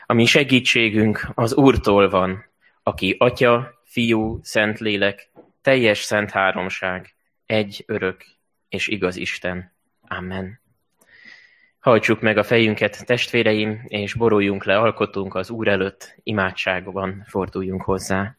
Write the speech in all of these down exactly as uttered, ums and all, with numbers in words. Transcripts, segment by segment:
A mi segítségünk az Úrtól van, aki Atya, Fiú, Szentlélek, teljes szent háromság, egy örök és igaz Isten. Amen. Hajtsuk meg a fejünket, testvéreim, és boruljunk le alkotunk az Úr előtt, imádságban forduljunk hozzá.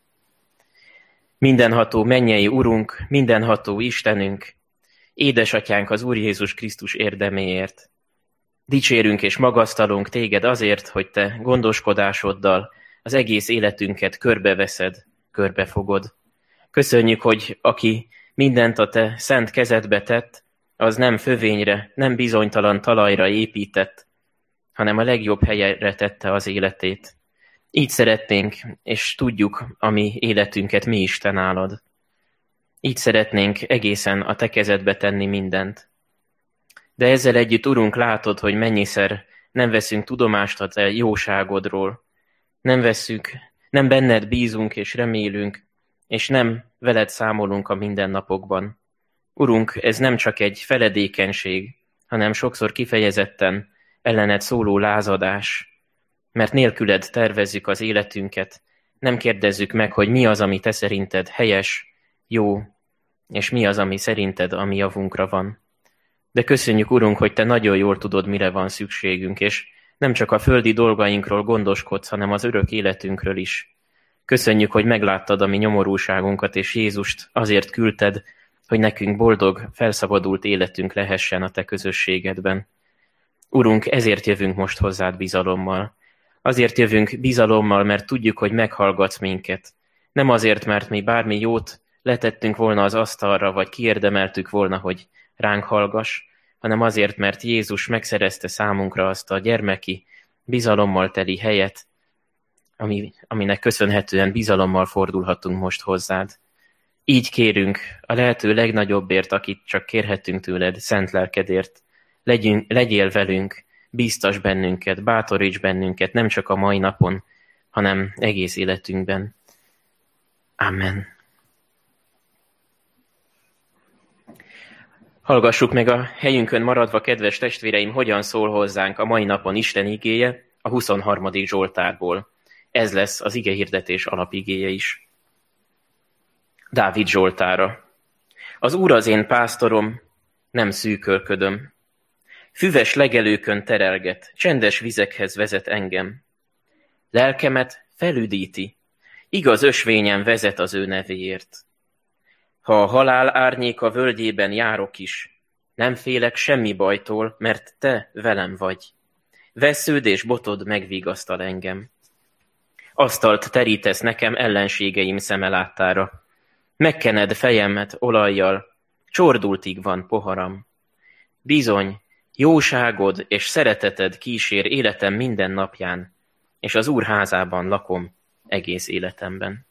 Mindenható mennyei Urunk, mindenható Istenünk, édesatyánk az Úr Jézus Krisztus érdeméért. Dicsérünk és magasztalunk téged azért, hogy te gondoskodásoddal az egész életünket körbeveszed, körbefogod. Köszönjük, hogy aki mindent a te szent kezedbe tett, az nem fövényre, nem bizonytalan talajra épített, hanem a legjobb helyre tette az életét. Így szeretnénk, és tudjuk, a mi életünket mi is te nálad. Így szeretnénk egészen a te kezedbe tenni mindent. De ezzel együtt, Urunk, látod, hogy mennyiszer nem veszünk tudomást a te jóságodról. Nem vesszük, nem benned bízunk és remélünk, és nem veled számolunk a mindennapokban. Urunk, ez nem csak egy feledékenység, hanem sokszor kifejezetten ellened szóló lázadás, mert nélküled tervezzük az életünket, nem kérdezzük meg, hogy mi az, ami te szerinted helyes, jó, és mi az, ami szerinted a mi javunkra van. De köszönjük, Urunk, hogy te nagyon jól tudod, mire van szükségünk, és nem csak a földi dolgainkról gondoskodsz, hanem az örök életünkről is. Köszönjük, hogy megláttad a mi nyomorúságunkat, és Jézust azért küldted, hogy nekünk boldog, felszabadult életünk lehessen a te közösségedben. Urunk, ezért jövünk most hozzád bizalommal. Azért jövünk bizalommal, mert tudjuk, hogy meghallgatsz minket. Nem azért, mert mi bármi jót letettünk volna az asztalra, vagy kiérdemeltük volna, hogy ránk hallgass, hanem azért, mert Jézus megszerezte számunkra azt a gyermeki, bizalommal teli helyet, ami, aminek köszönhetően bizalommal fordulhatunk most hozzád. Így kérünk a lehető legnagyobbért, akit csak kérhetünk tőled, szent lelkedért. Legyünk, legyél velünk, bíztass bennünket, bátoríts bennünket, nem csak a mai napon, hanem egész életünkben. Amen. Hallgassuk meg a helyünkön maradva, kedves testvéreim, hogyan szól hozzánk a mai napon Isten igéje a huszonharmadik Zsoltárból. Ez lesz az igehirdetés alapigéje is. Dávid Zsoltára. Az Úr az én pásztorom, nem szűkölködöm. Füves legelőkön terelget, csendes vizekhez vezet engem. Lelkemet felüdíti, igaz ösvényen vezet az ő nevéért. Ha a halál árnyéka völgyében járok is, nem félek semmi bajtól, mert te velem vagy. Vessződ és botod megvigasztal engem. Asztalt terítesz nekem ellenségeim szeme láttára. Megkened fejemet olajjal, csordultig van poharam. Bizony, jóságod és szereteted kísér életem minden napján, és az Úr házában lakom egész életemben.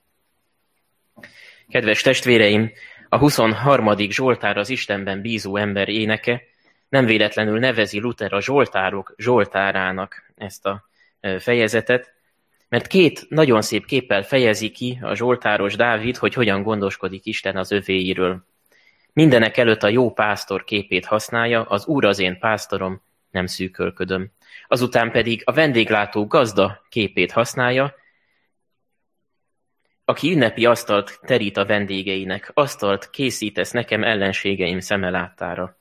Kedves testvéreim, a huszonharmadik Zsoltár az Istenben bízó ember éneke, nem véletlenül nevezi Luther a Zsoltárok Zsoltárának ezt a fejezetet, mert két nagyon szép képpel fejezi ki a zsoltáros Dávid, hogy hogyan gondoskodik Isten az övéiről. Mindenek előtt a jó pásztor képét használja, az Úr az én pásztorom, nem szűkölködöm. Azután pedig a vendéglátó gazda képét használja, aki ünnepi asztalt terít a vendégeinek, asztalt készítesz nekem ellenségeim szeme láttára.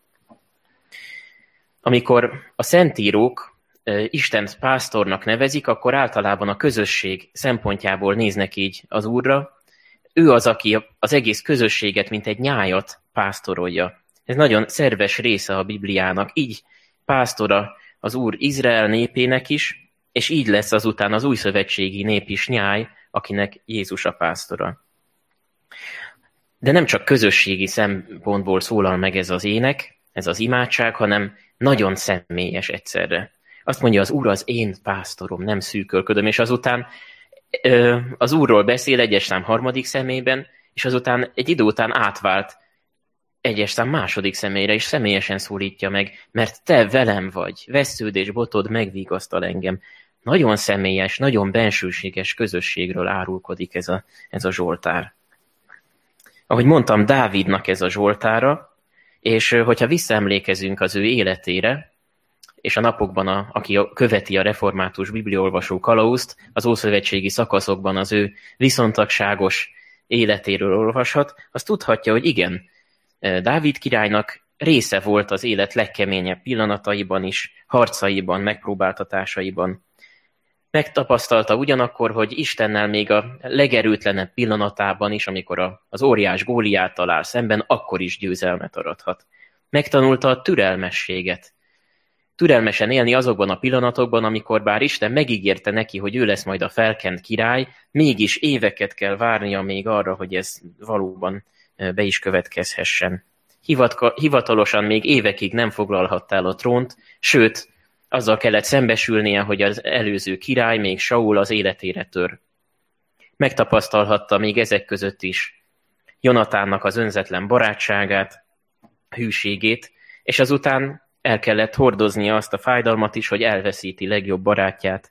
Amikor a szentírók Istent pásztornak nevezik, akkor általában a közösség szempontjából néznek így az Úrra. Ő az, aki az egész közösséget, mint egy nyájat pásztorolja. Ez nagyon szerves része a Bibliának. Így pásztora az Úr Izrael népének is, és így lesz azután az újszövetségi nép is nyáj, akinek Jézus a pásztora. De nem csak közösségi szempontból szólal meg ez az ének, ez az imádság, hanem nagyon személyes egyszerre. Azt mondja, az Úr az én pásztorom, nem szűkölködöm, és azután ö, az Úrról beszél egyes szám harmadik személyben, és azután egy idő után átvált egyes szám második személyre, és személyesen szólítja meg, mert te velem vagy, vessződ és botod megvigasztal engem. Nagyon személyes, nagyon bensőséges közösségről árulkodik ez a, ez a Zsoltár. Ahogy mondtam, Dávidnak ez a Zsoltára, és hogyha visszaemlékezünk az ő életére, és a napokban, a, aki a, követi a református bibliaolvasó kalauzt, az ószövetségi szakaszokban az ő viszontagságos életéről olvashat, az tudhatja, hogy igen, Dávid királynak része volt az élet legkeményebb pillanataiban is, harcaiban, megpróbáltatásaiban. Megtapasztalta ugyanakkor, hogy Istennel még a legerőtlenebb pillanatában is, amikor az óriás Góliáttal áll szemben, akkor is győzelmet arathat. Megtanulta a türelmességet. Türelmesen élni azokban a pillanatokban, amikor bár Isten megígérte neki, hogy ő lesz majd a felkent király, mégis éveket kell várnia még arra, hogy ez valóban be is következhessen. Hivatalosan még évekig nem foglalhatta el a trónt, sőt, azzal kellett szembesülnie, hogy az előző király, még Saul az életére tör. Megtapasztalhatta még ezek között is Jonatánnak az önzetlen barátságát, hűségét, és azután el kellett hordoznia azt a fájdalmat is, hogy elveszíti legjobb barátját.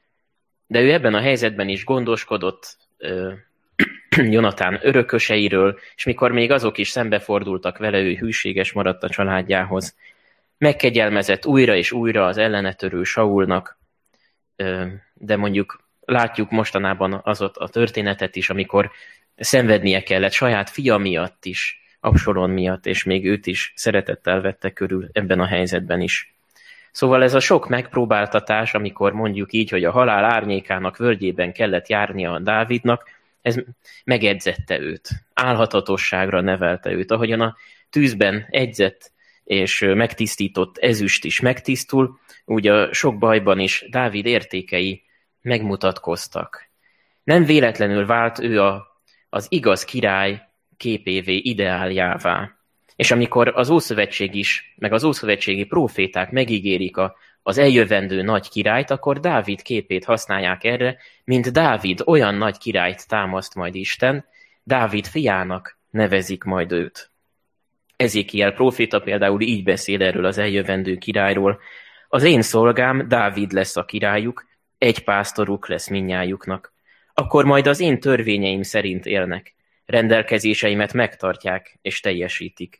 De ő ebben a helyzetben is gondoskodott ö, Jonatán örököseiről, és mikor még azok is szembefordultak vele, ő hűséges maradt a családjához. Megkegyelmezett újra és újra az ellene törő Saulnak, ö, de mondjuk látjuk mostanában azot a történetet is, amikor szenvednie kellett saját fia miatt is, Absalom miatt, és még őt is szeretettel vette körül ebben a helyzetben is. Szóval ez a sok megpróbáltatás, amikor mondjuk így, hogy a halál árnyékának völgyében kellett járnia a Dávidnak, ez megedzette őt, álhatatosságra nevelte őt, ahogyan a tűzben edzett és megtisztított ezüst is megtisztul, úgy a sok bajban is Dávid értékei megmutatkoztak. Nem véletlenül vált ő a, az igaz király képévé, ideáljává. És amikor az Ószövetség is, meg az ószövetségi próféták megígérik a, az eljövendő nagy királyt, akkor Dávid képét használják erre, mint Dávid olyan nagy királyt támaszt majd Isten, Dávid fiának nevezik majd őt. Ezékiel próféta például így beszél erről az eljövendő királyról: az én szolgám Dávid lesz a királyuk, egy pásztoruk lesz mindnyájuknak. Akkor majd az én törvényeim szerint élnek, rendelkezéseimet megtartják és teljesítik.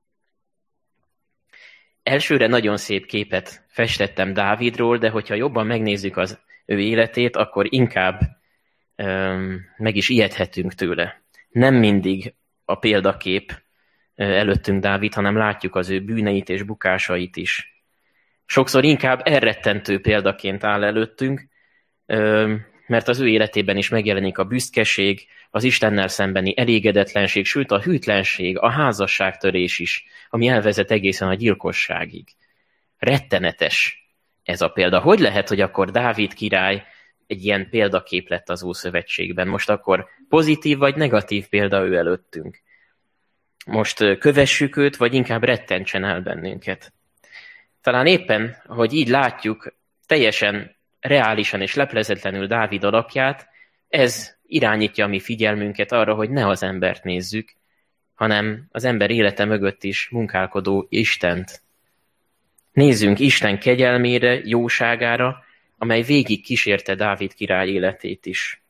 Elsőre nagyon szép képet festettem Dávidról, de hogyha jobban megnézzük az ő életét, akkor inkább öm, meg is ijedhetünk tőle. Nem mindig a példakép előttünk Dávid, hanem látjuk az ő bűneit és bukásait is. Sokszor inkább elrettentő példaként áll előttünk, öm, mert az ő életében is megjelenik a büszkeség, az Istennel szembeni elégedetlenség, sőt a hűtlenség, a házasságtörés is, ami elvezet egészen a gyilkosságig. Rettenetes ez a példa. Hogy lehet, hogy akkor Dávid király egy ilyen példakép lett az Ószövetségben? Most akkor pozitív vagy negatív példa ő előttünk? Most kövessük őt, vagy inkább rettentsen el bennünket? Talán éppen, hogy így látjuk, teljesen reálisan és leplezetlenül Dávid alakját, ez irányítja a mi figyelmünket arra, hogy ne az embert nézzük, hanem az ember élete mögött is munkálkodó Istent. Nézzünk Isten kegyelmére, jóságára, amely végig kísérte Dávid király életét is.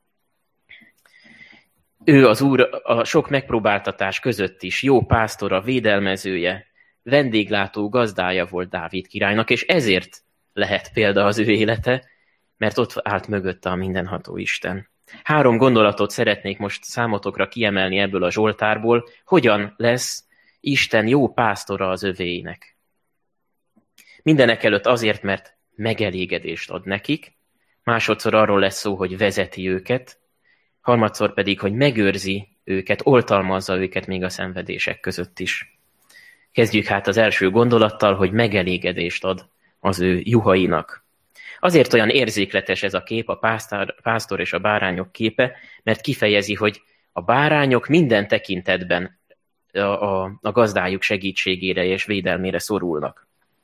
Ő az Úr a sok megpróbáltatás között is jó pásztora, védelmezője, vendéglátó gazdája volt Dávid királynak, és ezért lehet példa az ő élete, mert ott állt mögötte a mindenható Isten. Három gondolatot szeretnék most számotokra kiemelni ebből a Zsoltárból, hogyan lesz Isten jó pásztora az övéinek. Mindenek előtt azért, mert megelégedést ad nekik, másodszor arról lesz szó, hogy vezeti őket, harmadszor pedig, hogy megőrzi őket, oltalmazza őket még a szenvedések között is. Kezdjük hát az első gondolattal, hogy megelégedést ad az ő juhainak. Azért olyan érzékletes ez a kép, a pásztor, pásztor és a bárányok képe, mert kifejezi, hogy a bárányok minden tekintetben a, a, a gazdájuk segítségére és védelmére szorulnak.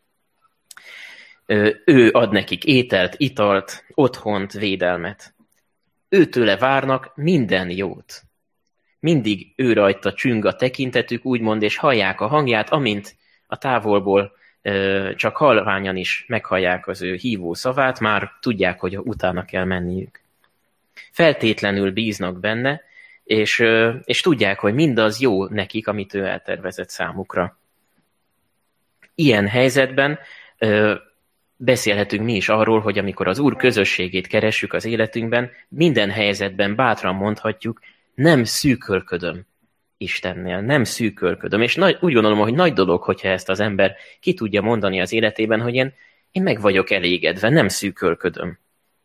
Ő ad nekik ételt, italt, otthont, védelmet. Őtőle várnak minden jót. Mindig ő rajta csüng a tekintetük, úgymond, és hallják a hangját, amint a távolból csak halványan is meghallják az ő hívó szavát, már tudják, hogy utána kell menniük. Feltétlenül bíznak benne, és, és tudják, hogy mindaz jó nekik, amit ő eltervezett számukra. Ilyen helyzetben beszélhetünk mi is arról, hogy amikor az Úr közösségét keressük az életünkben, minden helyzetben bátran mondhatjuk, nem szűkölködöm Istennél, nem szűkölködöm. És nagy, úgy gondolom, hogy nagy dolog, hogyha ezt az ember ki tudja mondani az életében, hogy én, én meg vagyok elégedve, nem szűkölködöm.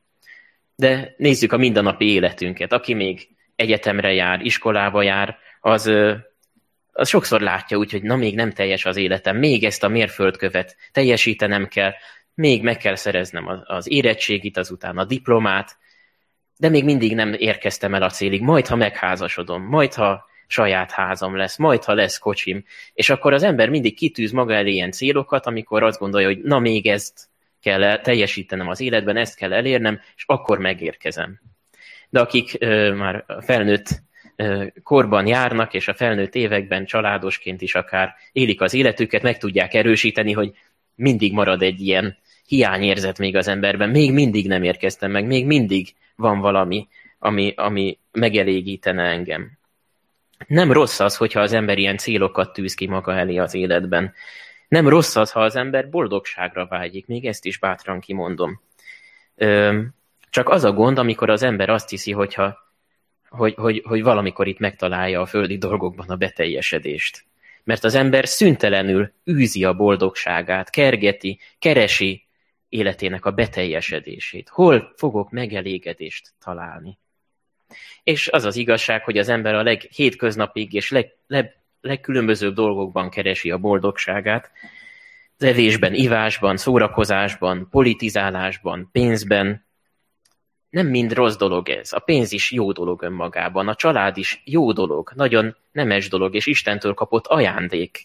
De nézzük a mindennapi életünket. Aki még egyetemre jár, iskolába jár, az, az sokszor látja úgy, hogy na még nem teljes az életem, még ezt a mérföldkövet teljesítenem kell, még meg kell szereznem az érettségit, azután a diplomát, de még mindig nem érkeztem el a célig, majd ha megházasodom, majd ha saját házam lesz, majd ha lesz kocsim, és akkor az ember mindig kitűz maga elé ilyen célokat, amikor azt gondolja, hogy na még ezt kell teljesítenem az életben, ezt kell elérnem, és akkor megérkezem. De akik ö, már felnőtt ö, korban járnak, és a felnőtt években családosként is akár élik az életüket, meg tudják erősíteni, hogy mindig marad egy ilyen hiányérzet még az emberben, még mindig nem érkeztem meg, még mindig van valami, ami, ami megelégítene engem. Nem rossz az, hogyha az ember ilyen célokat tűz ki maga elé az életben. Nem rossz az, ha az ember boldogságra vágyik, még ezt is bátran kimondom. Ö, csak az a gond, amikor az ember azt hiszi, hogyha, hogy, hogy, hogy valamikor itt megtalálja a földi dolgokban a beteljesedést. Mert az ember szüntelenül űzi a boldogságát, kergeti, keresi életének a beteljesedését. Hol fogok megelégedést találni? És az az igazság, hogy az ember a leghétköznapig és leg, leg, legkülönbözőbb dolgokban keresi a boldogságát. Az evésben, ivásban, szórakozásban, politizálásban, pénzben. Nem mind rossz dolog ez. A pénz is jó dolog önmagában. A család is jó dolog, nagyon nemes dolog, és Istentől kapott ajándék.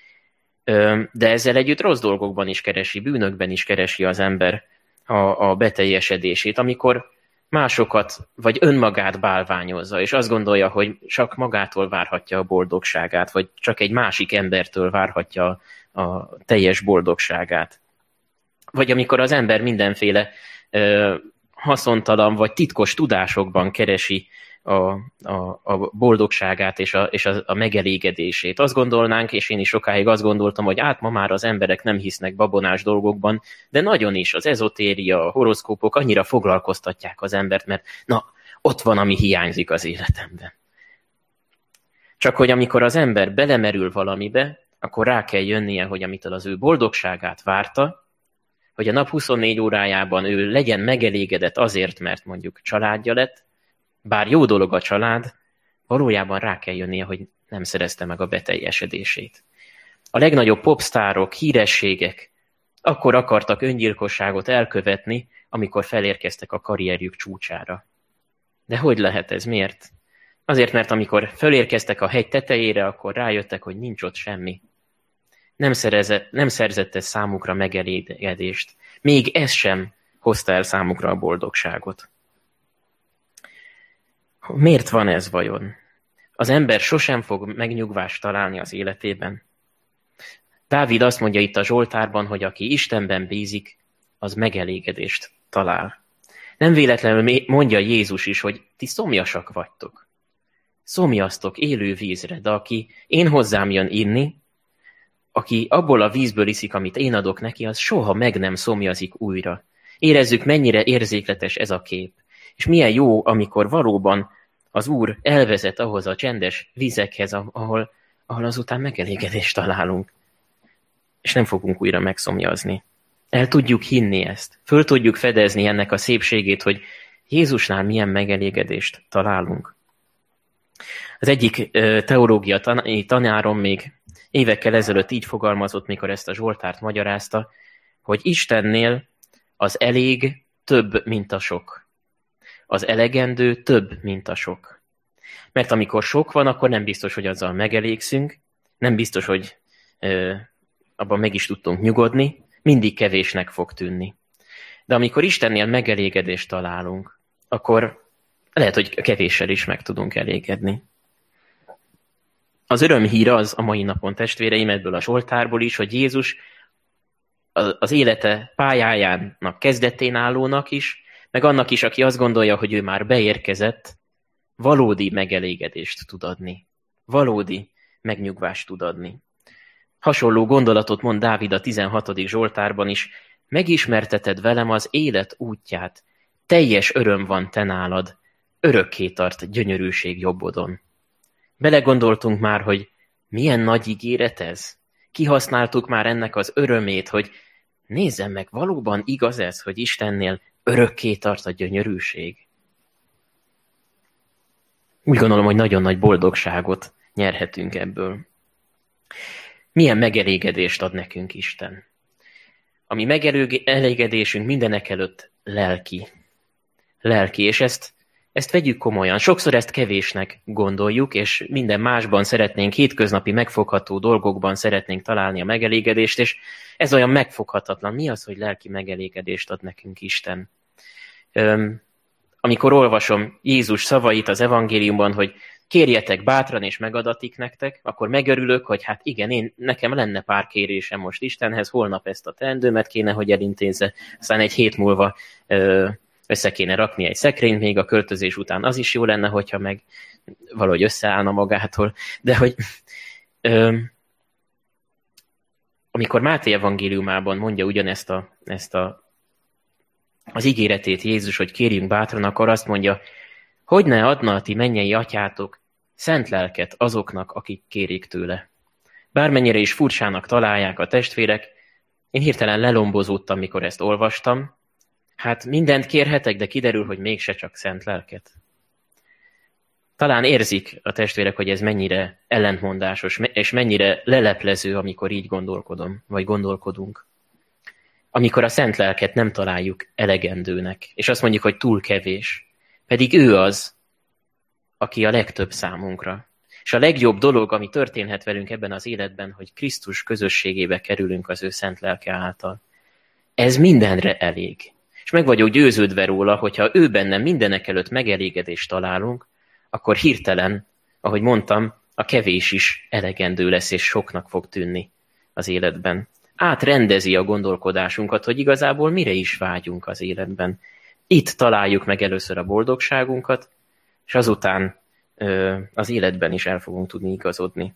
De ezzel együtt rossz dolgokban is keresi, bűnökben is keresi az ember a, a beteljesedését, amikor másokat vagy önmagát bálványozza, és azt gondolja, hogy csak magától várhatja a boldogságát, vagy csak egy másik embertől várhatja a, a teljes boldogságát. Vagy amikor az ember mindenféle ö, haszontalan vagy titkos tudásokban keresi a, a, a boldogságát és, a, és a, a megelégedését. Azt gondolnánk, és én is sokáig azt gondoltam, hogy át ma már az emberek nem hisznek babonás dolgokban, de nagyon is az ezotéria, a horoszkópok annyira foglalkoztatják az embert, mert na, ott van, ami hiányzik az életemben. Csak hogy amikor az ember belemerül valamibe, akkor rá kell jönnie, hogy amitől az ő boldogságát várta, hogy a nap huszonnégy órájában ő legyen megelégedett azért, mert mondjuk családja lett, bár jó dolog a család, valójában rá kell jönnie, hogy nem szerezte meg a beteljesedését. A legnagyobb popsztárok, hírességek akkor akartak öngyilkosságot elkövetni, amikor felérkeztek a karrierjük csúcsára. De hogy lehet ez? Miért? Azért, mert amikor felérkeztek a hegy tetejére, akkor rájöttek, hogy nincs ott semmi. Nem, szerezett, nem szerzett ez számukra megelégedést. Még ez sem hozta el számukra a boldogságot. Miért van ez vajon? Az ember sosem fog megnyugvást találni az életében. Dávid azt mondja itt a Zsoltárban, hogy aki Istenben bízik, az megelégedést talál. Nem véletlenül mondja Jézus is, hogy ti szomjasak vagytok. Szomjaztok élő vízre, de aki én hozzám jön inni, aki abból a vízből iszik, amit én adok neki, az soha meg nem szomjazik újra. Érezzük, mennyire érzékletes ez a kép. És milyen jó, amikor valóban az Úr elvezet ahhoz a csendes vizekhez, ahol, ahol azután megelégedést találunk. És nem fogunk újra megszomjazni. El tudjuk hinni ezt. Föl tudjuk fedezni ennek a szépségét, hogy Jézusnál milyen megelégedést találunk. Az egyik teológia tanárom még évekkel ezelőtt így fogalmazott, mikor ezt a Zsoltárt magyarázta, hogy Istennél az elég több, mint a sok. Az elegendő több, mint a sok. Mert amikor sok van, akkor nem biztos, hogy azzal megelégszünk, nem biztos, hogy ö, abban meg is tudtunk nyugodni, mindig kevésnek fog tűnni. De amikor Istennél megelégedést találunk, akkor lehet, hogy kevéssel is meg tudunk elégedni. Az örömhír az a mai napon, testvéreim, ebből a Zsoltárból is, hogy Jézus az élete pályájának kezdetén állónak is, meg annak is, aki azt gondolja, hogy ő már beérkezett, valódi megelégedést tud adni. Valódi megnyugvást tud adni. Hasonló gondolatot mond Dávid a tizenhatodik Zsoltárban is, megismerteted velem az élet útját, teljes öröm van te nálad, örökké tart gyönyörűség jobbodon. Belegondoltunk már, hogy milyen nagy ígéret ez? Kihasználtuk már ennek az örömét, hogy nézzem meg, valóban igaz ez, hogy Istennél örökké tart a gyönyörűség? Úgy gondolom, hogy nagyon nagy boldogságot nyerhetünk ebből. Milyen megelégedést ad nekünk Isten? A mi megelégedésünk mindenek előtt lelki. Lelki, és ezt, ezt vegyük komolyan. Sokszor ezt kevésnek gondoljuk, és minden másban szeretnénk, hétköznapi megfogható dolgokban szeretnénk találni a megelégedést, és ez olyan megfoghatatlan. Mi az, hogy lelki megelégedést ad nekünk Isten? Öm, amikor olvasom Jézus szavait az evangéliumban, hogy kérjetek bátran, és megadatik nektek, akkor megörülök, hogy hát igen, én, nekem lenne pár kérésem most Istenhez, holnap ezt a teendőmet kéne, hogy elintézze, aztán egy hét múlva ö, össze kéne rakni egy szekrényt, még a költözés után az is jó lenne, hogyha meg valahogy összeállna magától, de hogy ö, amikor Máté evangéliumában mondja ugyanezt a, ezt a, az ígéretét Jézus, hogy kérjünk bátran, akkor azt mondja, hogy ne adna a ti mennyei atyátok szent lelket azoknak, akik kérik tőle. Bármennyire is furcsának találják a testvérek, én hirtelen lelombozódtam, mikor ezt olvastam. Hát mindent kérhetek, de kiderül, hogy mégse csak szent lelket. Talán érzik a testvérek, hogy ez mennyire ellentmondásos, és mennyire leleplező, amikor így gondolkodom, vagy gondolkodunk. Amikor a szent lelket nem találjuk elegendőnek, és azt mondjuk, hogy túl kevés. Pedig ő az, aki a legtöbb számunkra. És a legjobb dolog, ami történhet velünk ebben az életben, hogy Krisztus közösségébe kerülünk az ő szent lelke által. Ez mindenre elég. És meg vagyok győződve róla, hogyha ő benne mindenek előtt megelégedést találunk, akkor hirtelen, ahogy mondtam, a kevés is elegendő lesz, és soknak fog tűnni az életben. Átrendezi a gondolkodásunkat, hogy igazából mire is vágyunk az életben. Itt találjuk meg először a boldogságunkat, és azután ö, az életben is el fogunk tudni igazodni.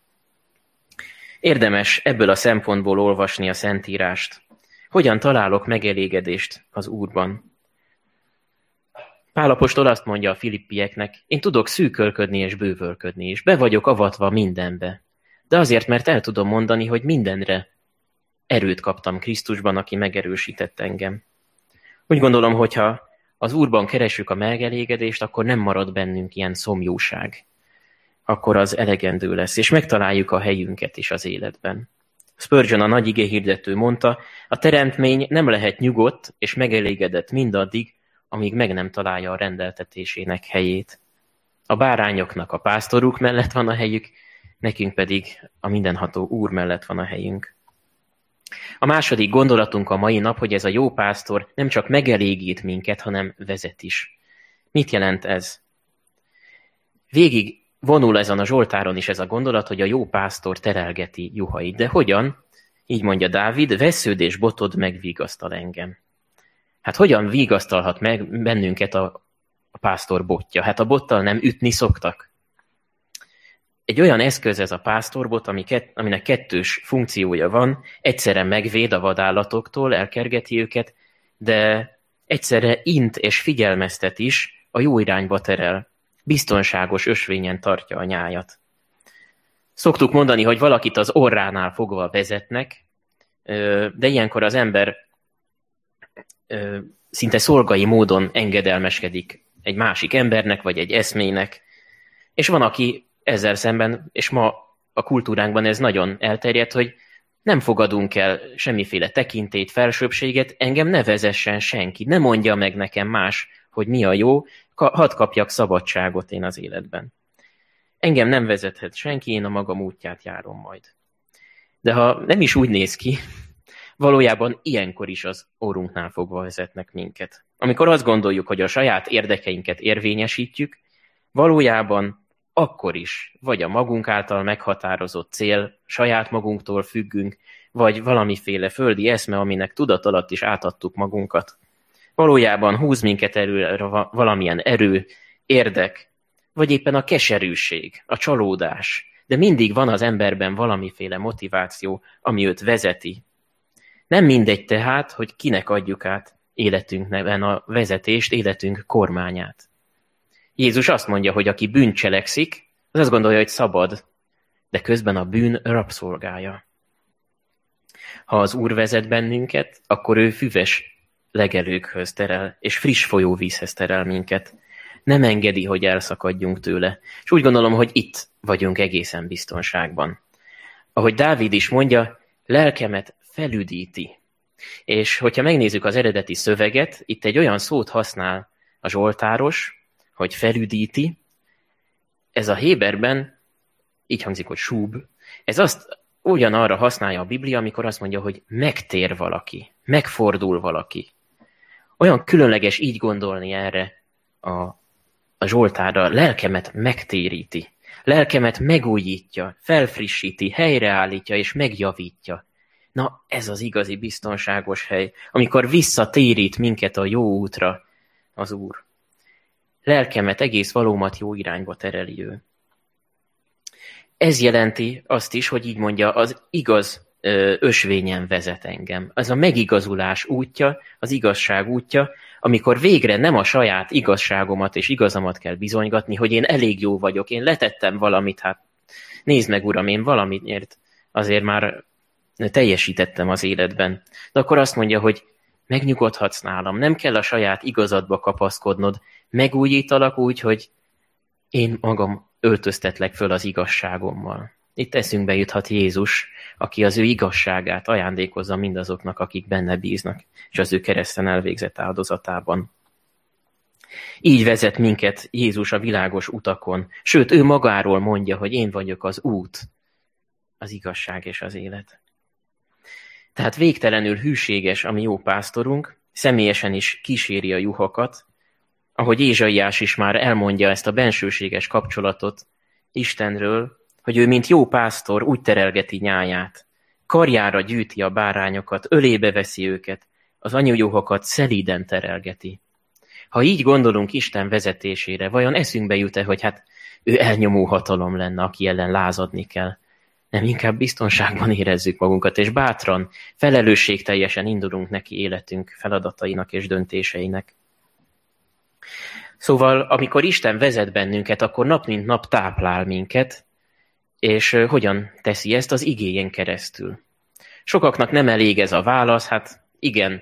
Érdemes ebből a szempontból olvasni a Szentírást. Hogyan találok megelégedést az Úrban? Pál apostol azt mondja a filippieknek, én tudok szűkölködni és bővölködni, és be vagyok avatva mindenbe. De azért, mert el tudom mondani, hogy mindenre erőt kaptam Krisztusban, aki megerősített engem. Úgy gondolom, hogyha az Úrban keressük a megelégedést, akkor nem marad bennünk ilyen szomjúság. Akkor az elegendő lesz, és megtaláljuk a helyünket is az életben. Spurgeon, a nagy igehirdető mondta, a teremtmény nem lehet nyugodt és megelégedett mindaddig, amíg meg nem találja a rendeltetésének helyét. A bárányoknak a pásztoruk mellett van a helyük, nekünk pedig a mindenható Úr mellett van a helyünk. A második gondolatunk a mai nap, hogy ez a jó pásztor nem csak megelégít minket, hanem vezet is. Mit jelent ez? Végig vonul ezen a Zsoltáron is ez a gondolat, hogy a jó pásztor terelgeti juhait. De hogyan? Így mondja Dávid, vesződ és botod megvigasztal engem. Hát hogyan vigasztalhat meg bennünket a, a pásztor botja? Hát a bottal nem ütni szoktak. Egy olyan eszköz ez a pásztorbot, ami kett, aminek kettős funkciója van, egyszerre megvéd a vadállatoktól, elkergeti őket, de egyszerre int és figyelmeztet is, a jó irányba terel. Biztonságos ösvényen tartja a nyájat. Szoktuk mondani, hogy valakit az orránál fogva vezetnek, de ilyenkor az ember szinte szolgai módon engedelmeskedik egy másik embernek, vagy egy eszmének, és van, aki ezzel szemben, és ma a kultúránkban ez nagyon elterjedt, hogy nem fogadunk el semmiféle tekintélyt, felsőbbséget, engem ne vezessen senki, ne mondja meg nekem más, hogy mi a jó, hadd kapjak szabadságot én az életben. Engem nem vezethet senki, én a magam útját járom majd. De ha nem is úgy néz ki, valójában ilyenkor is az orrunknál fogva vezetnek minket. Amikor azt gondoljuk, hogy a saját érdekeinket érvényesítjük, valójában akkor is vagy a magunk által meghatározott cél, saját magunktól függünk, vagy valamiféle földi eszme, aminek tudat alatt is átadtuk magunkat. Valójában húz minket előre valamilyen erő, érdek, vagy éppen a keserűség, a csalódás. de mindig van az emberben valamiféle motiváció, ami őt vezeti. Nem mindegy tehát, hogy kinek adjuk át életünkben a vezetést, életünk kormányát. Jézus azt mondja, hogy aki bűnt cselekszik, az azt gondolja, hogy szabad, de közben a bűn rabszolgája. Ha az Úr vezet bennünket, akkor ő füves legelőkhöz terel, és friss folyóvízhez terel minket. Nem engedi, hogy elszakadjunk tőle. És úgy gondolom, hogy itt vagyunk egészen biztonságban. Ahogy Dávid is mondja, lelkemet felüdíti. És hogyha megnézzük az eredeti szöveget, itt egy olyan szót használ a zsoltáros, hogy felüdíti. Ez a héberben így hangzik, hogy súb. Ez azt ugyanarra használja a Biblia, amikor azt mondja, hogy megtér valaki, megfordul valaki. Olyan különleges így gondolni erre a, a zsoltárra, lelkemet megtéríti, lelkemet megújítja, felfrissíti, helyreállítja és megjavítja. Na, ez az igazi biztonságos hely, amikor visszatérít minket a jó útra az Úr. Lelkemet, egész valómat jó irányba tereli ő. Ez jelenti azt is, hogy így mondja, az igaz ö, ösvényen vezet engem. Az a megigazulás útja, az igazság útja, amikor végre nem a saját igazságomat és igazamat kell bizonygatni, hogy én elég jó vagyok, én letettem valamit, hát nézd meg, Uram, én valamiért azért már teljesítettem az életben. De akkor azt mondja, hogy megnyugodhatsz nálam, nem kell a saját igazadba kapaszkodnod, megújítalak úgy, hogy én magam öltöztetlek föl az igazságommal. Itt eszünkbe juthat Jézus, aki az ő igazságát ajándékozza mindazoknak, akik benne bíznak, és az ő kereszten elvégzett áldozatában. Így vezet minket Jézus a világos utakon, sőt, ő magáról mondja, hogy én vagyok az út, az igazság és az élet. Tehát végtelenül hűséges a mi jó pásztorunk, személyesen is kíséri a juhokat, ahogy Ézsaiás is már elmondja ezt a bensőséges kapcsolatot Istenről, hogy ő, mint jó pásztor, úgy terelgeti nyáját, karjára gyűjti a bárányokat, ölébe veszi őket, az anyajuhokat szelíden terelgeti. Ha így gondolunk Isten vezetésére, vajon eszünkbe jut-e, hogy hát ő elnyomó hatalom lenne, aki ellen lázadni kell? Nem, inkább biztonságban érezzük magunkat, és bátran, felelősségteljesen indulunk neki életünk feladatainak és döntéseinek. Szóval, amikor Isten vezet bennünket, akkor nap mint nap táplál minket, és hogyan teszi ezt? Az igéjén keresztül. Sokaknak nem elég ez a válasz, hát igen,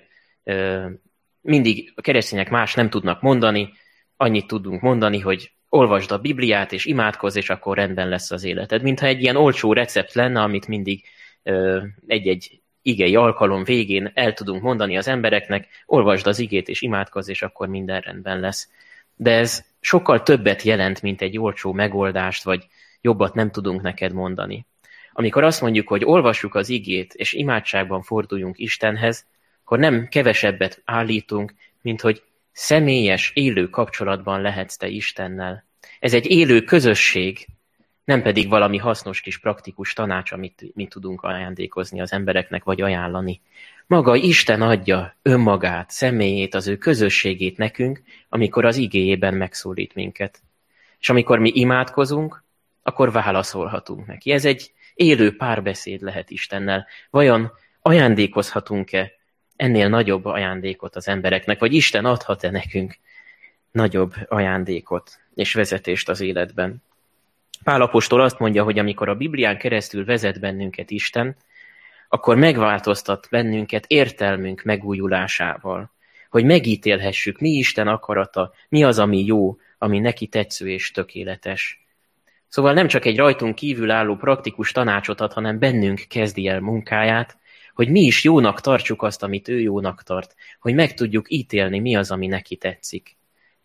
mindig a keresztények más nem tudnak mondani, annyit tudunk mondani, hogy olvasd a Bibliát, és imádkozz, és akkor rendben lesz az életed. Mintha egy ilyen olcsó recept lenne, amit mindig egy-egy igei alkalom végén el tudunk mondani az embereknek, olvasd az igét, és imádkozz, és akkor minden rendben lesz. De ez sokkal többet jelent, mint egy olcsó megoldást, vagy jobbat nem tudunk neked mondani. Amikor azt mondjuk, hogy olvassuk az igét, és imádságban forduljunk Istenhez, akkor nem kevesebbet állítunk, mint hogy személyes, élő kapcsolatban lehetsz te Istennel. Ez egy élő közösség, nem pedig valami hasznos kis praktikus tanács, amit mi tudunk ajándékozni az embereknek, vagy ajánlani. Maga Isten adja önmagát, személyét, az ő közösségét nekünk, amikor az igéjében megszólít minket. És amikor mi imádkozunk, akkor válaszolhatunk neki. Ez egy élő párbeszéd lehet Istennel. Vajon ajándékozhatunk-e ennél nagyobb ajándékot az embereknek, vagy Isten adhat-e nekünk nagyobb ajándékot és vezetést az életben? Pál apostol azt mondja, hogy amikor a Biblián keresztül vezet bennünket Isten, akkor megváltoztat bennünket értelmünk megújulásával, hogy megítélhessük, mi Isten akarata, mi az, ami jó, ami neki tetsző és tökéletes. Szóval nem csak egy rajtunk kívül álló praktikus tanácsot ad, hanem bennünk kezdi el munkáját, hogy mi is jónak tartsuk azt, amit ő jónak tart, hogy meg tudjuk ítélni, mi az, ami neki tetszik.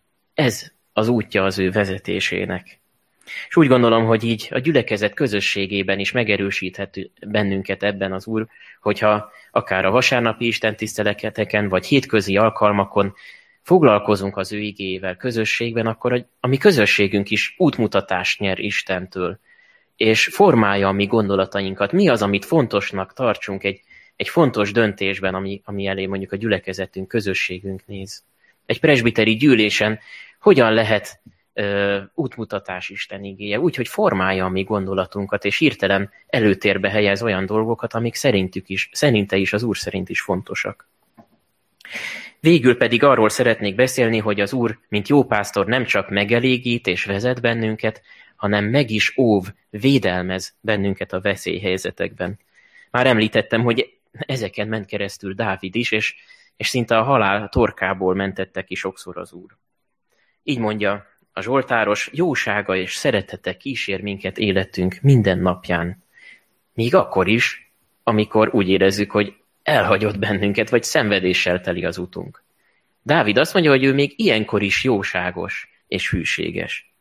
Ez az útja az ő vezetésének. És úgy gondolom, hogy így a gyülekezet közösségében is megerősíthet bennünket ebben az Úr, hogyha akár a vasárnapi istentiszteleteken, vagy hétközi alkalmakon foglalkozunk az ő igéjével közösségben, akkor a mi közösségünk is útmutatást nyer Istentől, és formálja a mi gondolatainkat. Mi az, amit fontosnak tartsunk egy, egy fontos döntésben, ami, ami elé mondjuk a gyülekezetünk, közösségünk néz. Egy presbiteri gyűlésen hogyan lehet ö, útmutatás Isten igéje, úgyhogy formálja a mi gondolatunkat, és hirtelen előtérbe helyez olyan dolgokat, amik szerintük is, szerinte is, az Úr szerint is fontosak. Végül pedig arról szeretnék beszélni, hogy az Úr, mint jó pásztor, nem csak megelégít és vezet bennünket, hanem meg is óv, védelmez bennünket a veszélyhelyzetekben. Már említettem, hogy ezeken ment keresztül Dávid is, és, és szinte a halál torkából mentette ki sokszor az Úr. Így mondja a zsoltáros, jósága és szeretete kísér minket életünk minden napján. Még akkor is, amikor úgy érezzük, hogy elhagyott bennünket, vagy szenvedéssel teli az utunk. Dávid azt mondja, hogy ő még ilyenkor is jóságos és hűséges.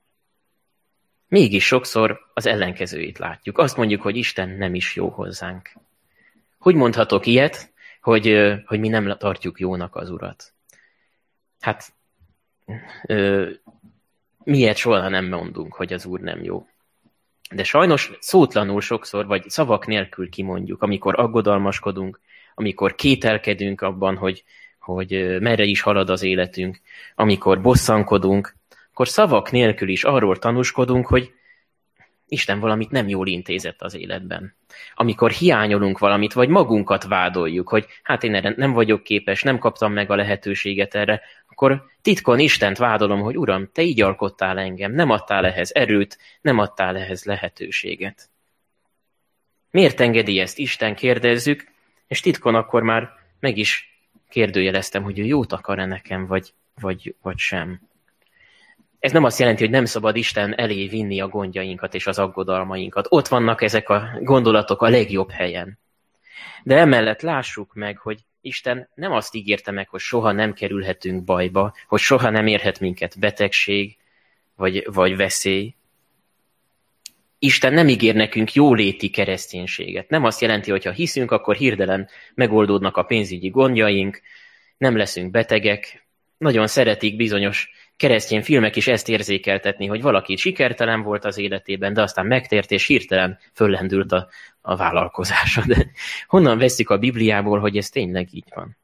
Mégis sokszor az ellenkezőjét látjuk. Azt mondjuk, hogy Isten nem is jó hozzánk. Hogy mondhatok ilyet, hogy, hogy mi nem tartjuk jónak az Urat? Hát, ö, miért soha nem mondunk, hogy az Úr nem jó. De sajnos szótlanul sokszor, vagy szavak nélkül kimondjuk, amikor aggodalmaskodunk, amikor kételkedünk abban, hogy, hogy merre is halad az életünk, amikor bosszankodunk, akkor szavak nélkül is arról tanúskodunk, hogy Isten valamit nem jól intézett az életben. Amikor hiányolunk valamit, vagy magunkat vádoljuk, hogy hát én erre nem vagyok képes, nem kaptam meg a lehetőséget erre, akkor titkon Istent vádolom, hogy Uram, te így alkottál engem, nem adtál ehhez erőt, nem adtál ehhez lehetőséget. Miért engedi ezt Isten, kérdezzük, és titkon akkor már meg is kérdőjeleztem, hogy ő jót akar-e nekem, vagy, vagy, vagy sem. Ez nem azt jelenti, hogy nem szabad Isten elé vinni a gondjainkat és az aggodalmainkat. Ott vannak ezek a gondolatok a legjobb helyen. De emellett lássuk meg, hogy Isten nem azt ígérte meg, hogy soha nem kerülhetünk bajba, hogy soha nem érhet minket betegség vagy, vagy veszély. Isten nem ígér nekünk jóléti kereszténységet. Nem azt jelenti, hogy ha hiszünk, akkor hirtelen megoldódnak a pénzügyi gondjaink, nem leszünk betegek. Nagyon szeretik bizonyos keresztény filmek is ezt érzékeltetni, hogy valaki sikertelen volt az életében, de aztán megtért, és hirtelen föllendült a, a vállalkozása. De honnan vesszük a Bibliából, hogy ez tényleg így van?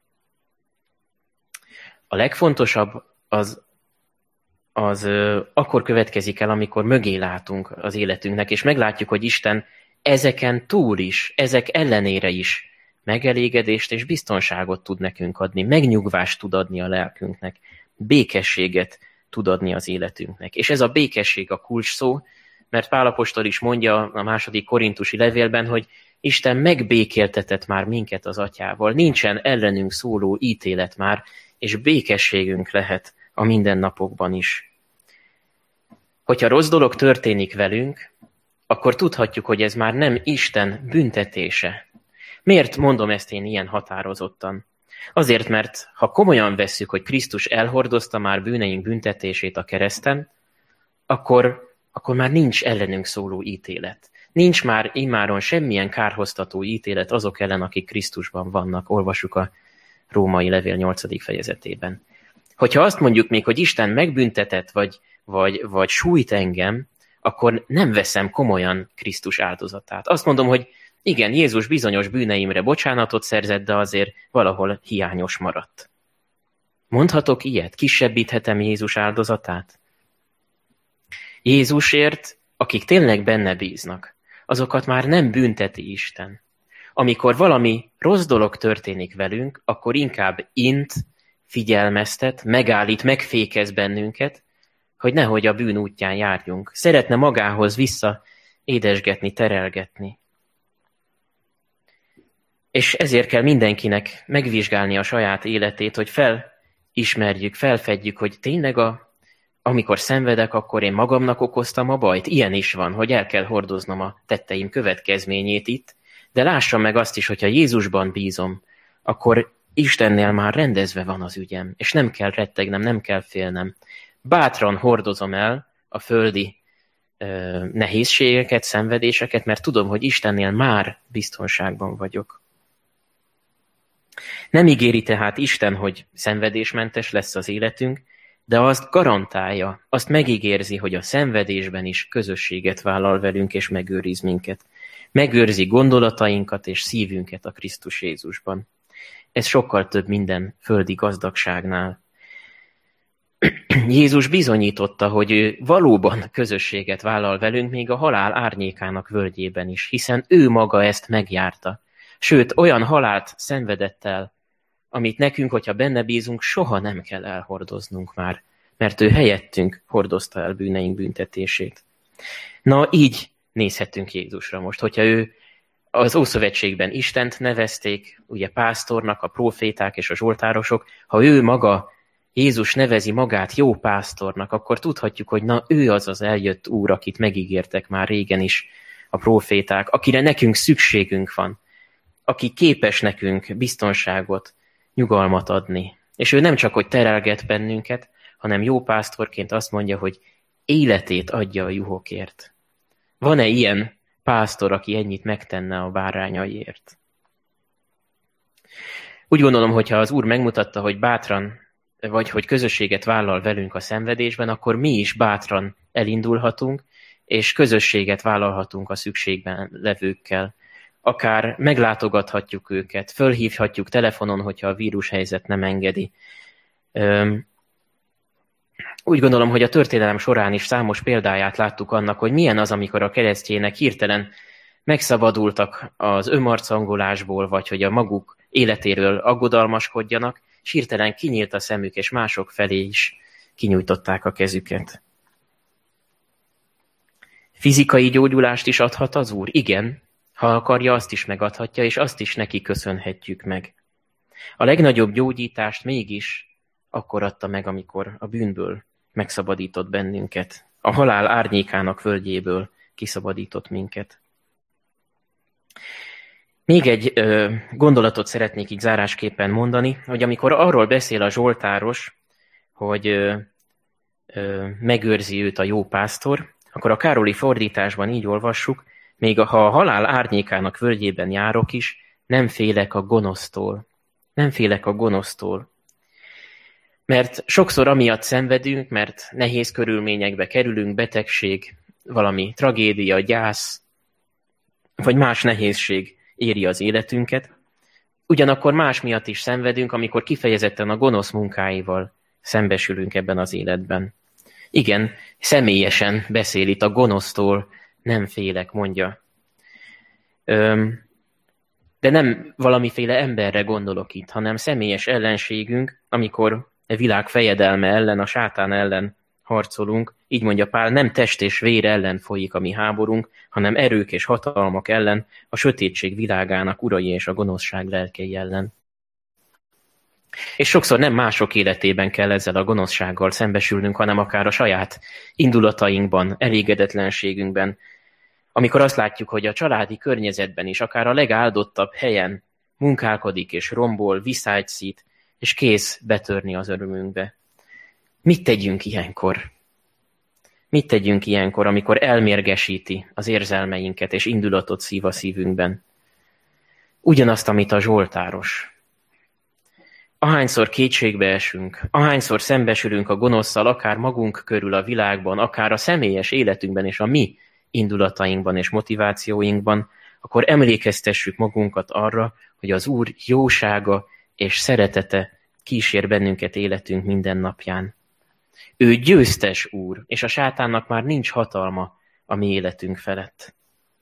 A legfontosabb az, az ö, akkor következik el, amikor mögé látunk az életünknek, és meglátjuk, hogy Isten ezeken túl is, ezek ellenére is megelégedést és biztonságot tud nekünk adni, megnyugvást tud adni a lelkünknek, békességet tud adni az életünknek. És ez a békesség a kulcs szó, mert Pál apostol is mondja a második korintusi levélben, hogy Isten megbékéltetett már minket az Atyával, nincsen ellenünk szóló ítélet már, és békességünk lehet a mindennapokban is. Hogyha rossz dolog történik velünk, akkor tudhatjuk, hogy ez már nem Isten büntetése. Miért mondom ezt én ilyen határozottan? Azért, mert ha komolyan vesszük, hogy Krisztus elhordozta már bűneink büntetését a kereszten, akkor, akkor már nincs ellenünk szóló ítélet. Nincs már immáron semmilyen kárhoztató ítélet azok ellen, akik Krisztusban vannak, olvassuk a római levél nyolcadik fejezetében. Hogyha azt mondjuk még, hogy Isten megbüntetett, vagy, vagy, vagy sújt engem, akkor nem veszem komolyan Krisztus áldozatát. Azt mondom, hogy igen, Jézus bizonyos bűneimre bocsánatot szerzett, de azért valahol hiányos maradt. Mondhatok ilyet? Kisebbíthetem Jézus áldozatát? Jézusért, akik tényleg benne bíznak, azokat már nem bünteti Isten. Amikor valami rossz dolog történik velünk, akkor inkább int, figyelmeztet, megállít, megfékez bennünket, hogy nehogy a bűn útján járjunk. Szeretne magához vissza édesgetni, terelgetni. És ezért kell mindenkinek megvizsgálni a saját életét, hogy felismerjük, felfedjük, hogy tényleg a, amikor szenvedek, akkor én magamnak okoztam a bajt. Ilyen is van, hogy el kell hordoznom a tetteim következményét itt, de lássam meg azt is, hogyha Jézusban bízom, akkor Istennél már rendezve van az ügyem, és nem kell rettegnem, nem kell félnem. Bátran hordozom el a földi ö, nehézségeket, szenvedéseket, mert tudom, hogy Istennél már biztonságban vagyok. Nem ígéri tehát Isten, hogy szenvedésmentes lesz az életünk, de azt garantálja, azt megígérzi, hogy a szenvedésben is közösséget vállal velünk és megőriz minket. Megőrzi gondolatainkat és szívünket a Krisztus Jézusban. Ez sokkal több minden földi gazdagságnál. Jézus bizonyította, hogy ő valóban közösséget vállal velünk még a halál árnyékának völgyében is, hiszen ő maga ezt megjárta. Sőt, olyan halált szenvedett el, amit nekünk, hogyha benne bízunk, soha nem kell elhordoznunk már, mert ő helyettünk hordozta el bűneink büntetését. Na, így nézhetünk Jézusra most, hogyha ő az Ószövetségben Istent nevezték, ugye pásztornak, a próféták és a zsoltárosok, ha ő maga, Jézus nevezi magát jó pásztornak, akkor tudhatjuk, hogy na, ő az az eljött Úr, akit megígértek már régen is a próféták, akire nekünk szükségünk van, aki képes nekünk biztonságot, nyugalmat adni. És ő nem csak, hogy terelget bennünket, hanem jó pásztorként azt mondja, hogy életét adja a juhokért. Van-e ilyen pásztor, aki ennyit megtenne a bárányaiért? Úgy gondolom, hogyha az Úr megmutatta, hogy bátran, vagy hogy közösséget vállal velünk a szenvedésben, akkor mi is bátran elindulhatunk, és közösséget vállalhatunk a szükségben levőkkel. Akár meglátogathatjuk őket, fölhívhatjuk telefonon, hogyha a vírushelyzet nem engedi. Üm, úgy gondolom, hogy a történelem során is számos példáját láttuk annak, hogy milyen az, amikor a keresztjének hirtelen megszabadultak az önmarcangolásból, vagy hogy a maguk életéről aggodalmaskodjanak, és hirtelen kinyílt a szemük, és mások felé is kinyújtották a kezüket. Fizikai gyógyulást is adhat az Úr? Igen. Ha akarja, azt is megadhatja, és azt is neki köszönhetjük meg. A legnagyobb gyógyítást mégis akkor adta meg, amikor a bűnből megszabadított bennünket. A halál árnyékának völgyéből kiszabadított minket. Még egy ö, gondolatot szeretnék így zárásképpen mondani, hogy amikor arról beszél a zsoltáros, hogy ö, ö, megőrzi őt a jó pásztor, akkor a károli fordításban így olvassuk, még ha a halál árnyékának völgyében járok is, nem félek a gonosztól. Nem félek a gonosztól. Mert sokszor amiatt szenvedünk, mert nehéz körülményekbe kerülünk, betegség, valami tragédia, gyász, vagy más nehézség éri az életünket. Ugyanakkor más miatt is szenvedünk, amikor kifejezetten a gonosz munkáival szembesülünk ebben az életben. Igen, személyesen beszél itt a gonosztól, nem félek, mondja. Öm, de nem valamiféle emberre gondolok itt, hanem személyes ellenségünk, amikor a világ fejedelme ellen, a sátán ellen harcolunk. Így mondja Pál, nem test és vér ellen folyik a mi háborunk, hanem erők és hatalmak ellen, a sötétség világának urai és a gonoszság lelkei ellen. És sokszor nem mások életében kell ezzel a gonoszsággal szembesülnünk, hanem akár a saját indulatainkban, elégedetlenségünkben, amikor azt látjuk, hogy a családi környezetben is, akár a legáldottabb helyen munkálkodik és rombol, viszályszít, és kész betörni az örömünkbe. Mit tegyünk ilyenkor? Mit tegyünk ilyenkor, amikor elmérgesíti az érzelmeinket és indulatot szív a szívünkben? Ugyanazt, amit a zsoltáros. Ahányszor kétségbe esünk, ahányszor szembesülünk a gonoszszal, akár magunk körül a világban, akár a személyes életünkben és a mi indulatainkban és motivációinkban, akkor emlékeztessük magunkat arra, hogy az Úr jósága és szeretete kísér bennünket életünk minden napján. Ő győztes Úr, és a sátánnak már nincs hatalma a mi életünk felett.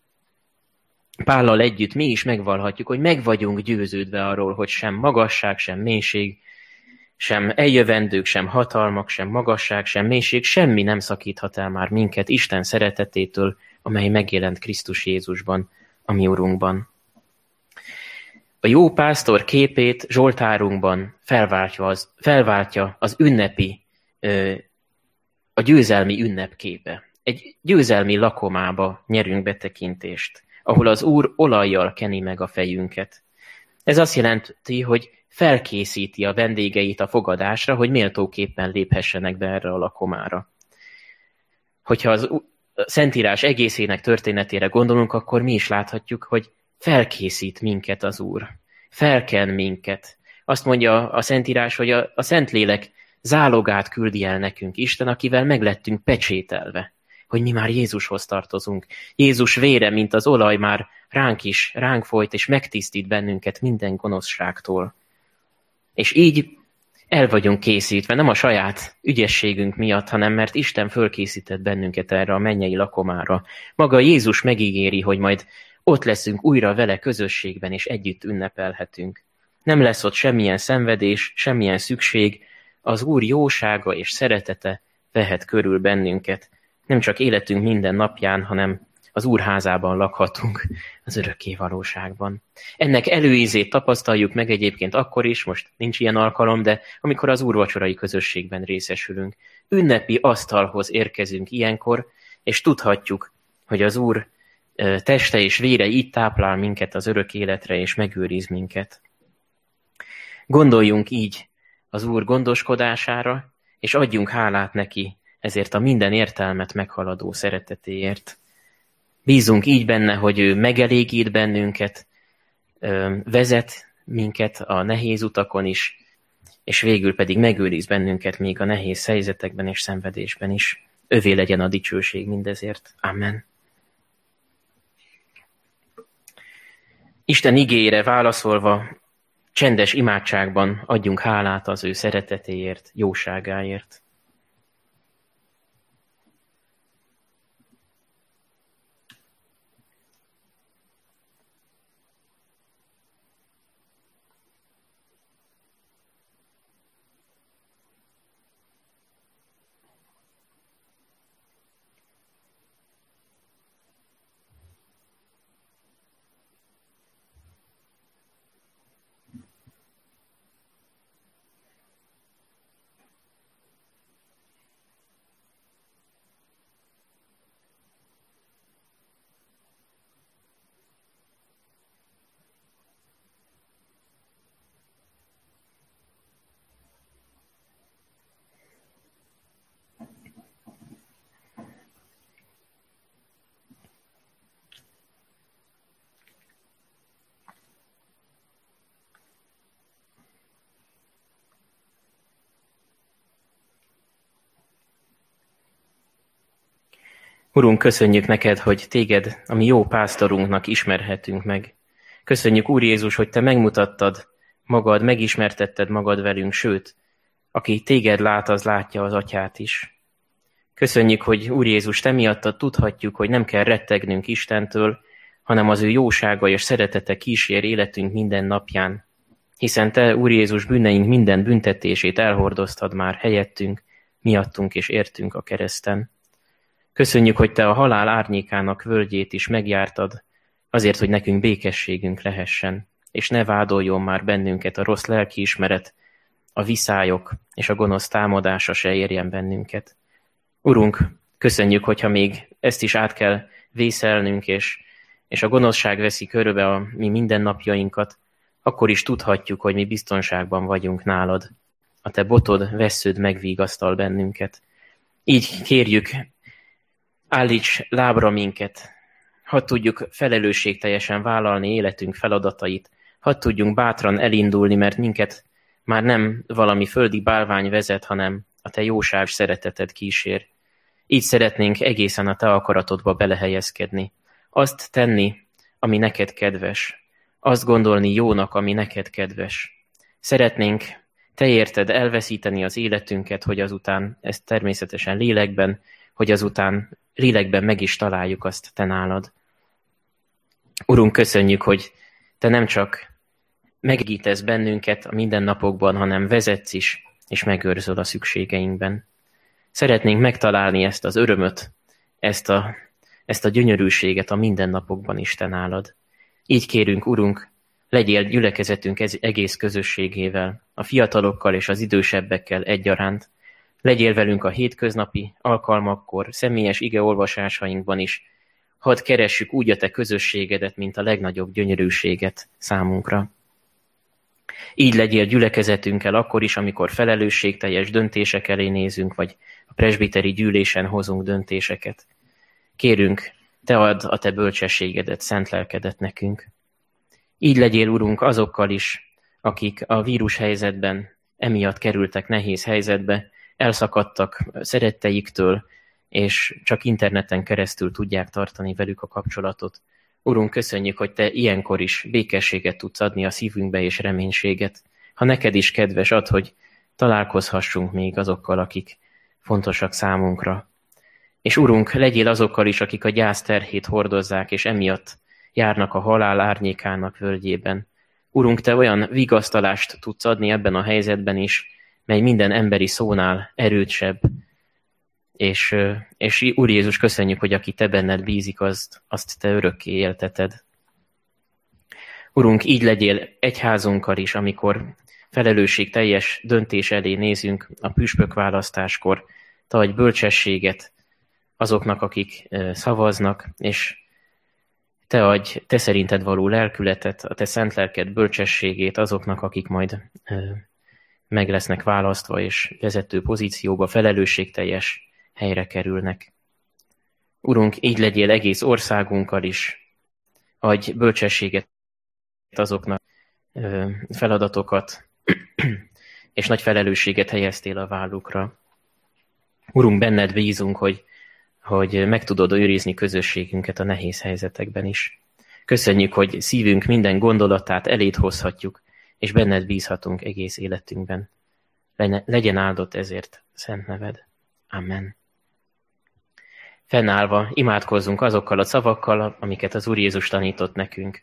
Pállal együtt mi is megvallhatjuk, hogy meg vagyunk győződve arról, hogy sem magasság, sem mélység, sem eljövendők, sem hatalmak, sem magasság, sem mélység, semmi nem szakíthat el már minket Isten szeretetétől, amely megjelent Krisztus Jézusban, a mi Urunkban. A jó pásztor képét zsoltárunkban felváltja az, felváltja az ünnepi, a győzelmi ünnep képe. Egy győzelmi lakomába nyerünk betekintést, ahol az Úr olajjal keni meg a fejünket. Ez azt jelenti, hogy felkészíti a vendégeit a fogadásra, hogy méltóképpen léphessenek be erre a lakomára. Hogyha az Szentírás egészének történetére gondolunk, akkor mi is láthatjuk, hogy felkészít minket az Úr. Felken minket. Azt mondja a Szentírás, hogy a, a Szentlélek zálogát küldi el nekünk Isten, akivel meglettünk pecsételve, hogy mi már Jézushoz tartozunk. Jézus vére, mint az olaj, már ránk is, ránk folyt, és megtisztít bennünket minden gonoszságtól. És így El vagyunk készítve, nem a saját ügyességünk miatt, hanem mert Isten fölkészített bennünket erre a mennyei lakomára. Maga Jézus megígéri, hogy majd ott leszünk újra vele közösségben, és együtt ünnepelhetünk. Nem lesz ott semmilyen szenvedés, semmilyen szükség, az Úr jósága és szeretete vehet körül bennünket. Nem csak életünk minden napján, hanem az Úr házában lakhatunk az örökké valóságban. Ennek előízét tapasztaljuk meg egyébként akkor is, most nincs ilyen alkalom, de amikor az úrvacsorai közösségben részesülünk. Ünnepi asztalhoz érkezünk ilyenkor, és tudhatjuk, hogy az Úr teste és vére így táplál minket az örök életre, és megőriz minket. Gondoljunk így az Úr gondoskodására, és adjunk hálát neki ezért a minden értelmet meghaladó szeretetéért. Bízunk így benne, hogy ő megelégít bennünket, vezet minket a nehéz utakon is, és végül pedig megőriz bennünket még a nehéz helyzetekben és szenvedésben is. Övé legyen a dicsőség mindezért. Amen. Isten igéjére válaszolva, csendes imádságban adjunk hálát az ő szeretetéért, jóságáért. Urunk, köszönjük neked, hogy téged, a mi jó pásztorunknak ismerhetünk meg. Köszönjük, Úr Jézus, hogy te megmutattad magad, megismertetted magad velünk, sőt, aki téged lát, az látja az atyát is. Köszönjük, hogy Úr Jézus, te miattad tudhatjuk, hogy nem kell rettegnünk Istentől, hanem az ő jósága és szeretete kísér életünk minden napján. Hiszen te, Úr Jézus, bűneink minden büntetését elhordoztad már helyettünk, miattunk és értünk a kereszten. Köszönjük, hogy te a halál árnyékának völgyét is megjártad, azért, hogy nekünk békességünk lehessen, és ne vádoljon már bennünket a rossz lelkiismeret, a viszályok és a gonosz támadása se érjen bennünket. Urunk, köszönjük, hogyha még ezt is át kell vészelnünk, és, és a gonoszság veszi körbe a mi mindennapjainkat, akkor is tudhatjuk, hogy mi biztonságban vagyunk nálad. A te botod, vessződ megvigasztal bennünket. Így kérjük, állíts lábra minket, hadd tudjuk felelősségteljesen vállalni életünk feladatait, hadd tudjunk bátran elindulni, mert minket már nem valami földi bálvány vezet, hanem a te jóság szereteted kísér. Így szeretnénk egészen a te akaratodba belehelyezkedni. Azt tenni, ami neked kedves. Azt gondolni jónak, ami neked kedves. Szeretnénk te érted elveszíteni az életünket, hogy azután, ezt természetesen lélekben, hogy azután lélekben meg is találjuk azt te nálad. Urunk, köszönjük, hogy te nem csak megígítesz bennünket a mindennapokban, hanem vezetsz is, és megőrzöd a szükségeinkben. Szeretnénk megtalálni ezt az örömöt, ezt a, ezt a gyönyörűséget a mindennapokban is te nálad. Így kérünk, Urunk, legyél gyülekezetünk egész közösségével, a fiatalokkal és az idősebbekkel egyaránt. Legyél velünk a hétköznapi alkalmakkor, személyes igeolvasásainkban is. Hadd keressük úgy a te közösségedet, mint a legnagyobb gyönyörűséget számunkra. Így legyél gyülekezetünkkel akkor is, amikor felelősségteljes döntések elé nézünk, vagy a presbiteri gyűlésen hozunk döntéseket. Kérünk, te add a te bölcsességedet, szent lelkedet nekünk. Így legyél, Urunk, azokkal is, akik a vírus helyzetben emiatt kerültek nehéz helyzetbe, elszakadtak szeretteiktől, és csak interneten keresztül tudják tartani velük a kapcsolatot. Urunk, köszönjük, hogy te ilyenkor is békességet tudsz adni a szívünkbe és reménységet. Ha neked is kedves, add, hogy találkozhassunk még azokkal, akik fontosak számunkra. És Urunk, legyél azokkal is, akik a gyász terhét hordozzák, és emiatt járnak a halál árnyékának völgyében. Urunk, Te olyan vigasztalást tudsz adni ebben a helyzetben is, mely minden emberi szónál erősebb. És, és Úr Jézus, köszönjük, hogy aki Te benned bízik, azt, azt Te örökké élteted. Urunk, így legyél egyházunkkal is, amikor felelősségteljes döntés elé nézünk a püspök választáskor. Te adj bölcsességet azoknak, akik szavaznak, és Te adj Te szerinted való lelkületet, a Te szent lelked bölcsességét azoknak, akik majd meg lesznek választva, és vezető pozícióba felelősségteljes helyre kerülnek. Urunk, így legyél egész országunkkal is, adj bölcsességet azoknak, feladatokat, és nagy felelősséget helyeztél a vállukra. Urunk, benned bízunk, hogy, hogy meg tudod őrizni közösségünket a nehéz helyzetekben is. Köszönjük, hogy szívünk minden gondolatát eléd hozhatjuk, és benned bízhatunk egész életünkben. Legyen áldott ezért szent neved. Amen. Fennállva imádkozzunk azokkal a szavakkal, amiket az Úr Jézus tanított nekünk.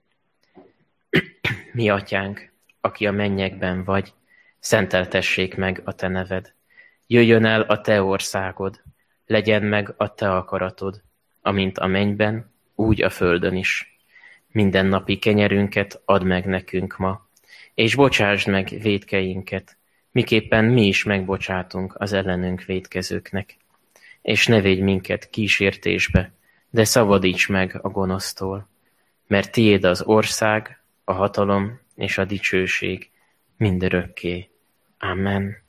Mi atyánk, aki a mennyekben vagy, szenteltessék meg a te neved. Jöjjön el a te országod, legyen meg a te akaratod, amint a mennyben, úgy a földön is. Mindennapi kenyerünket add meg nekünk ma, és bocsásd meg vétkeinket, miképpen mi is megbocsátunk az ellenünk vétkezőknek. És ne védj minket kísértésbe, de szabadíts meg a gonosztól, mert tiéd az ország, a hatalom és a dicsőség mindörökké. Amen.